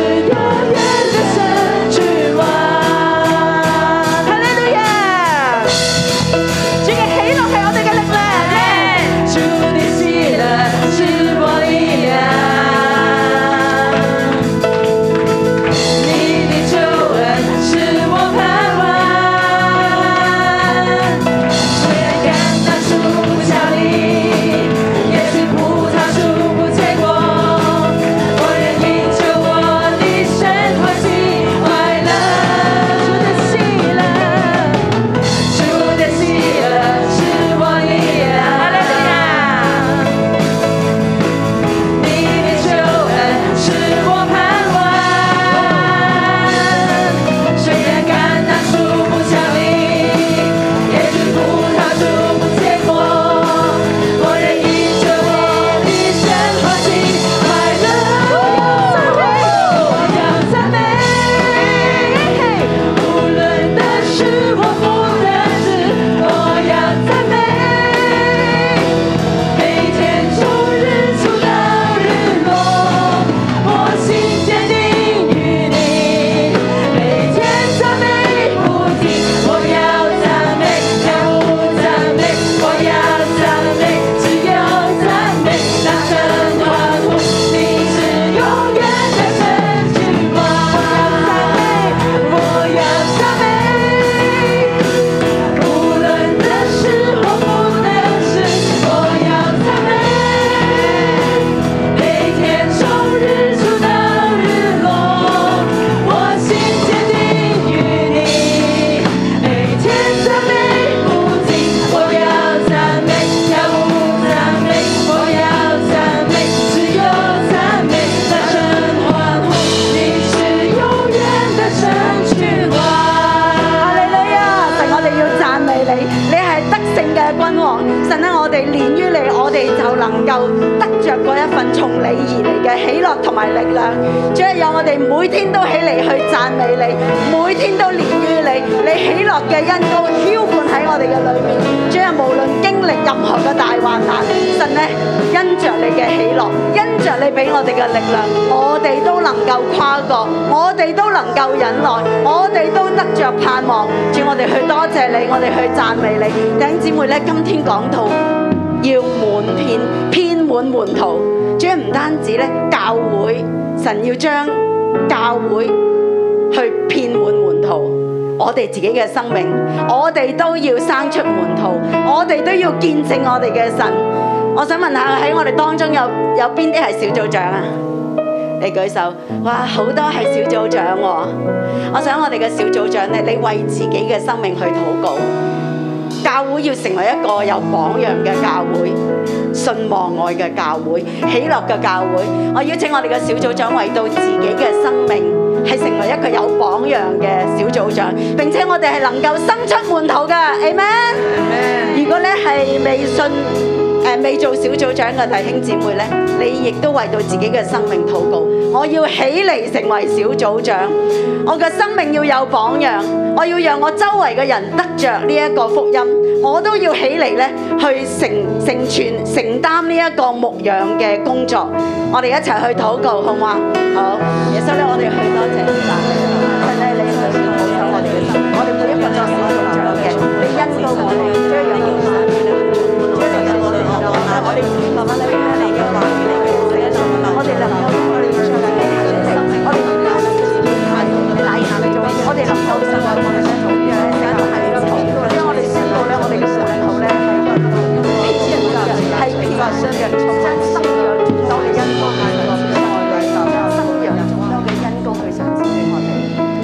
嘅君王。神咧，我哋連於你，我哋就能夠得着嗰一份從你而嚟嘅喜樂同埋力量。主啊，讓我哋每天都起嚟去讚美你，每天都連於你，你喜樂嘅恩膏澆灌喺我哋嘅裏面。主啊，無論經歷任何嘅大患難，神咧，因着你嘅喜樂，因着你俾我哋嘅力量，我哋都能夠跨過，我哋都能夠忍耐，我哋都得着盼望。主，我哋去多謝你，我哋去讚美你。弟兄姊妹咧，今天講到要滿遍遍滿門徒，主要唔單止咧教會，神要將教會去遍滿門徒，我哋自己嘅生命，我哋都要生出門徒，我哋都要見證我哋嘅神。我想問下喺我哋當中有有邊啲係小組長啊？你舉手，哇，好多係小組長喎！我想我哋嘅小組長咧，你為自己嘅生命去禱告。教會要成為一個有榜樣嘅教會，信望愛嘅教會，喜樂嘅教會。我邀請我哋嘅小組長為到自己嘅生命係成為一個有榜樣嘅小組長，並且我哋係能夠生出門徒嘅。Amen。如果咧係未信誒未做小組長嘅弟兄姊妹咧，你亦都為到自己嘅生命禱告。我要起嚟成為小組長，我嘅生命要有榜樣，我要讓我周圍嘅人得着呢一個福音，我都要起嚟咧去成成全承擔呢一個牧養嘅工作。我哋一齊去禱告，好嗎？好，耶穌咧，我哋去多謝你啦，神咧，你去保守我哋嘅生命，我哋每一個作小組長嘅，你恩膏我哋，將讓我哋，將讓我哋能夠，我哋慢慢咧嚟嘅話語嚟嘅，我哋能夠。我哋唔單止係大下嘅做，我哋能夠實在我哋咧做呢樣嘢，成日都係呢個，因為我哋宣告咧，我哋嘅門徒咧係偏人嘅，係偏信嘅，將生養眾多嘅恩膏喺我哋嘅愛裏頭，生養眾多嘅恩膏去賞賜俾我哋。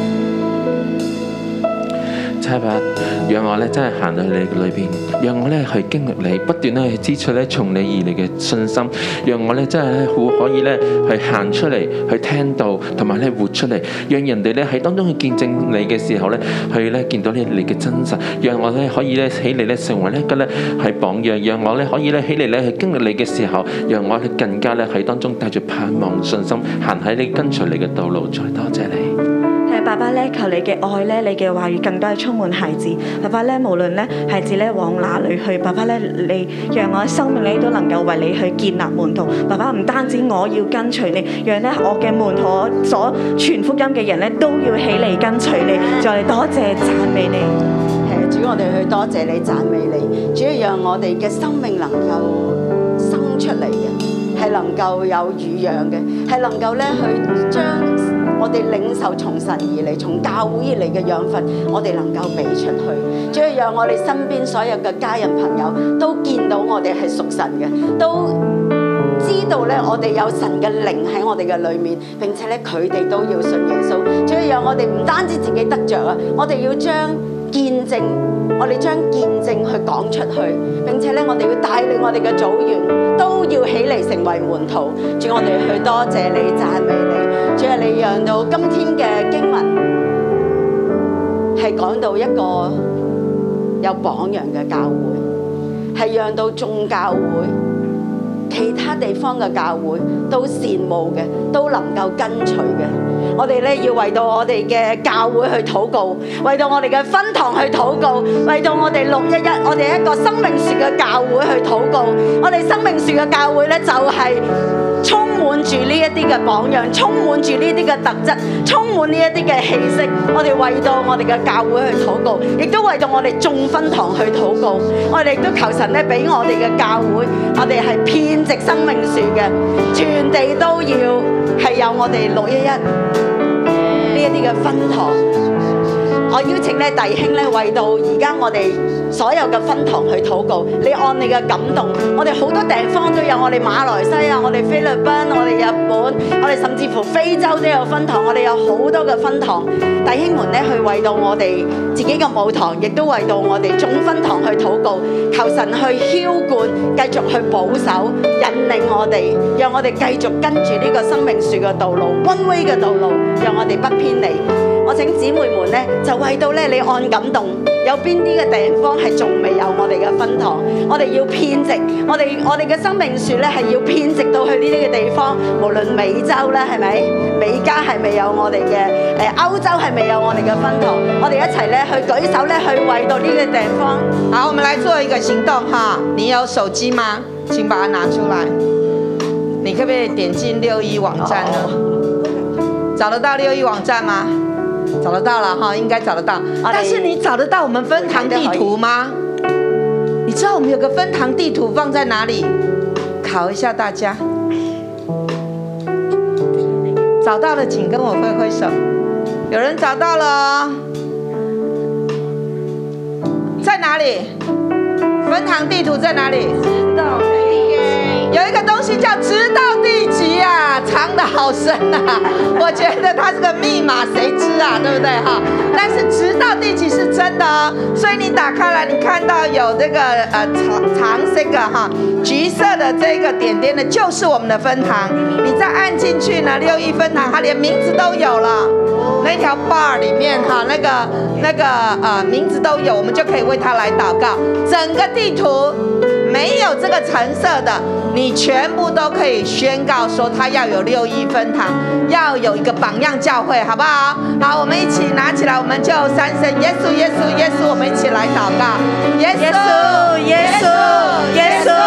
差吧，讓我咧真係行到你裏邊，讓我咧去經歷你，不斷咧去支取咧從你而嚟嘅信心，讓我咧真係咧可以咧去行出嚟，去聽到同埋咧活出嚟，讓人哋咧喺當中去見證你嘅時候咧，去咧見到呢你嘅真實，讓我咧可以咧起嚟咧成為呢一個咧係榜樣，讓我咧可以咧起嚟咧去經歷你嘅時候，讓我咧更加咧喺當中帶住盼望信心行喺你跟隨你嘅道路。再多謝你。 爸爸咧，求你嘅愛咧，你嘅話語更加係充滿孩子。爸爸咧，無論咧孩子咧往哪裏去，爸爸咧，你讓我嘅生命咧都能夠為你去建立門徒。爸爸唔單止我要跟隨你，讓咧我嘅門徒，我所傳福音嘅人咧都要起嚟跟隨你。再嚟多謝讚美你。 係主，我哋去多謝你讚美你。主要讓我哋嘅生命能夠生出嚟嘅，係能夠有乳養嘅，係能夠咧去將我哋領受從神而嚟、從教會而嚟嘅養分，我哋能夠俾出去。主要讓我哋身邊所有嘅家人朋友都見到我哋係屬神嘅，都知道咧我哋有神嘅靈喺我哋嘅裏面，並且咧佢哋都要信耶穌。主要讓我哋唔單止自己得着啊，我哋要將見證，我哋將見證去講出去，並且咧我哋要帶領我哋嘅組員都要起嚟成為門徒。主，我哋去多謝你，讚美你。主啊，你讓到今天嘅經文係講到一個有榜樣嘅教會，係讓到眾教會、其他地方嘅教會都羨慕嘅，都能夠跟隨嘅。我哋咧要為到我哋嘅教會去禱告，為到我哋嘅分堂去禱告，為到我哋六一一我哋一個生命樹嘅教會去禱告。我哋生命樹嘅教會咧就係、是。充滿住呢一啲嘅榜樣，充滿住呢啲嘅特質，充滿呢一啲嘅氣息。我哋為到我哋嘅教會去禱告，亦都為到我哋眾分堂去禱告。我哋亦都求神咧俾我哋嘅教會，我哋係遍植生命樹嘅，全地都要係有我哋六一一呢一啲嘅分堂。我邀請咧弟兄咧為到而家我哋所有嘅分堂去禱告，你按你嘅感動，我哋好多地方都有，我哋馬來西亞、我哋菲律賓、我哋日本、我哋甚至乎非洲都有分堂，我哋有好多嘅分堂。弟兄們咧去為到我哋自己嘅母堂，亦都為到我哋眾分堂去禱告，求神去澆灌，繼續去保守、引領我哋，讓我哋繼續跟住呢個生命樹嘅道路、溫威嘅道路，讓我哋不偏離。我請姊妹們咧就為到咧你按感動，有有邊啲嘅地方係仲未有我哋嘅分堂，我哋要編織，我哋我哋嘅生命樹咧係要編織到去呢啲嘅地方，無論美洲咧係咪？美加係未有我哋嘅，誒歐洲係未有我哋嘅分堂，我哋一齊咧去舉手咧去為到呢個地方。 好，我們來做一個行動哈，你有手機嗎？請把它拿出來。你可不可以點進六一網站呢？找得到六一網站嗎？找得到了哈，應該找得到。但是你找得到我們分堂地圖嗎？你知道我們有個分堂地圖放在哪裡？考一下大家。找到了請跟我揮揮手。有人找到了，在哪裡？分堂地圖在哪裡？知道。有一個東西叫直到地極啊，藏得好深啊！我覺得它是個密碼，誰知啊，對不對哈？但是直到地極是真的哦，所以你打開來，你看到有這個呃長長這個哈橘色的這個點點的，就是我們的分堂。你再按進去呢，六一分堂，它連名字都有了。那條 bar 裡面哈，那個那個呃名字都有，我們就可以為它來禱告。整個地圖沒有這個橙色的，你全部都可以宣告說，它要有六一分堂，要有一個榜樣教會，好不好？好，我們一起拿起來，我們就三聲耶穌耶穌耶穌，我們一起來禱告，耶穌耶穌耶穌。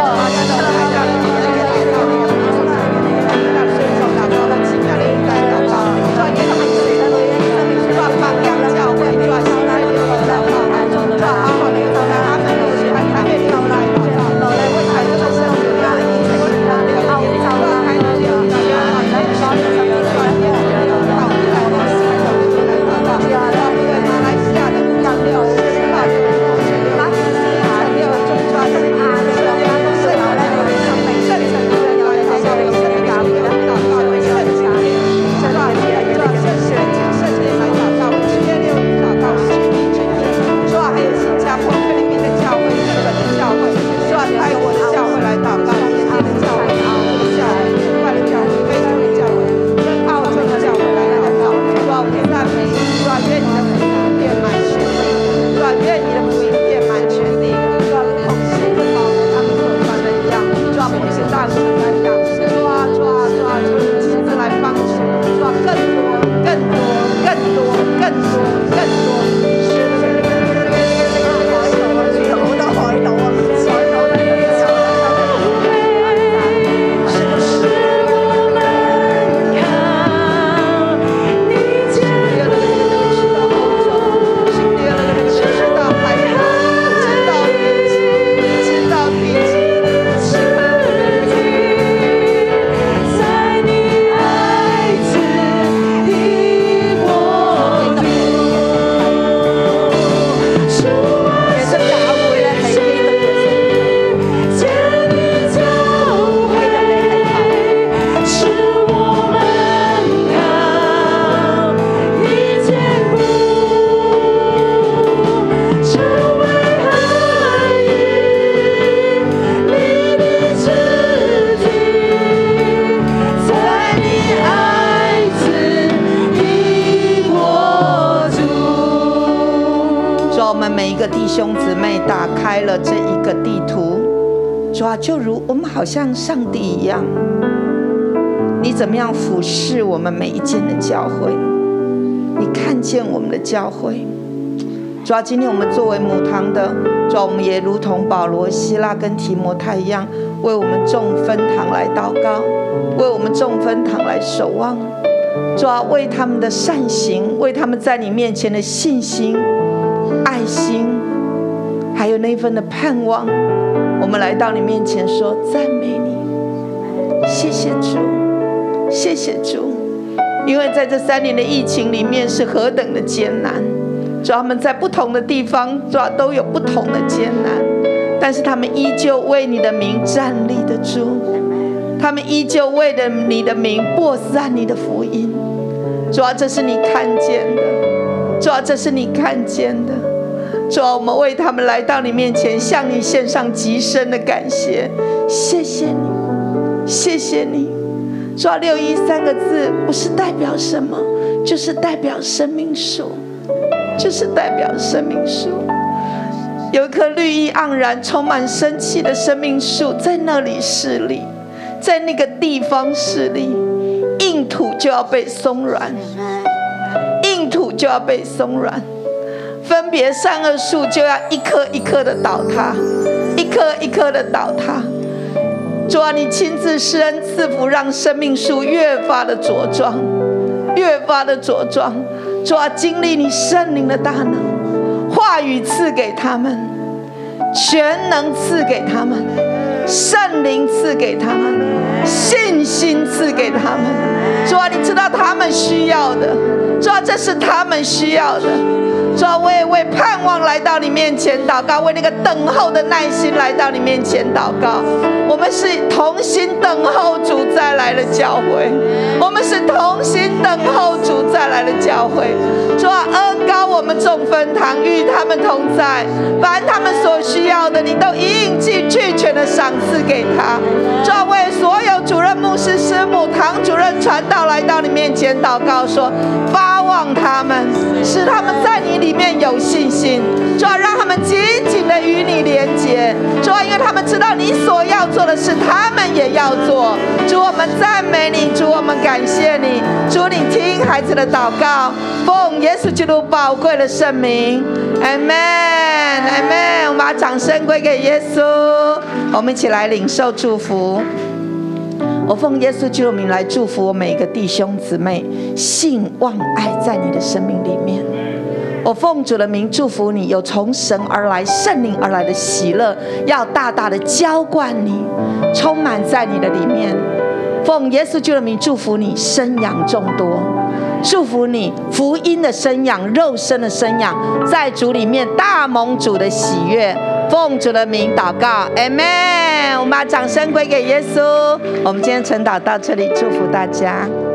就如我们好像上帝一样，你怎么样俯视我们每一间的教会？你看见我们的教会。主要今天我们作为母堂的，主要我们也如同保罗、希拉跟提摩太一样，为我们众分堂来祷告，为我们众分堂来守望。主要为他们的善行，为他们在你面前的信心、爱心，还有那份的盼望。我们来到你面前说赞美你，谢谢主，谢谢主，因为在这三年的疫情里面是何等的艰难，主他们在不同的地方主都有不同的艰难，但是他们依旧为你的名站立得住，他们依旧为了你的名播散你的福音。主啊，这是你看见的，主啊，这是你看见的。主啊，我们为他们来到你面前，向你献上极深的感谢，谢谢你，谢谢你。主啊，六一三个字不是代表什么，就是代表生命树。 就是代表生命树。有一棵绿意盎然、充满生气的生命树，在那里势立，在那个地方势立，硬土就要被松软，硬土就要被松软，分别善恶树就要一棵一棵的倒塌，一棵一棵的倒塌。主啊，你亲自施恩赐福，让生命树越发的茁壮，越发的茁壮。主啊，经历你圣灵的大能，话语赐给他们，全能赐给他们，圣灵赐给他们，信心赐给他们。主啊，你知道他们需要的，主啊，这是他们需要的。主啊，我也为盼望来到你面前祷告，为那个等候的耐心来到你面前祷告。我们是同心等候主再来的教会，我们是同心等候主再来的教会。主啊，恩膏我们众分堂，与他们同在，凡他们所需要的，你都一应俱俱全的赏赐给他。主啊，为所有主任、牧师、师母、堂主任、传道来到你面前祷告，说发望他们，使他们在你里面有信心。主啊，让他们紧紧的与你连结。主啊，因为他们知道你所要做的事，他们也要做。主，我们赞美你，主，我们感谢你。主，你听孩子的祷告，奉耶稣基督宝贵的圣名，阿们，阿们。我们把掌声归给耶稣，我们一起来领受祝福。我奉耶稣基督的名来祝福我每一个弟兄姊妹，信望爱在你的生命里面。我奉主的名祝福你，有从神而来、圣灵而来的喜乐，要大大的浇灌你，充满在你的里面。奉耶稣基督的名祝福你，生养众多，祝福你福音的生养、肉身的生养，在主里面大蒙主的喜悦。奉主的名祷告，阿们。我们把掌声归给耶稣。我们今天晨祷到这里，祝福大家。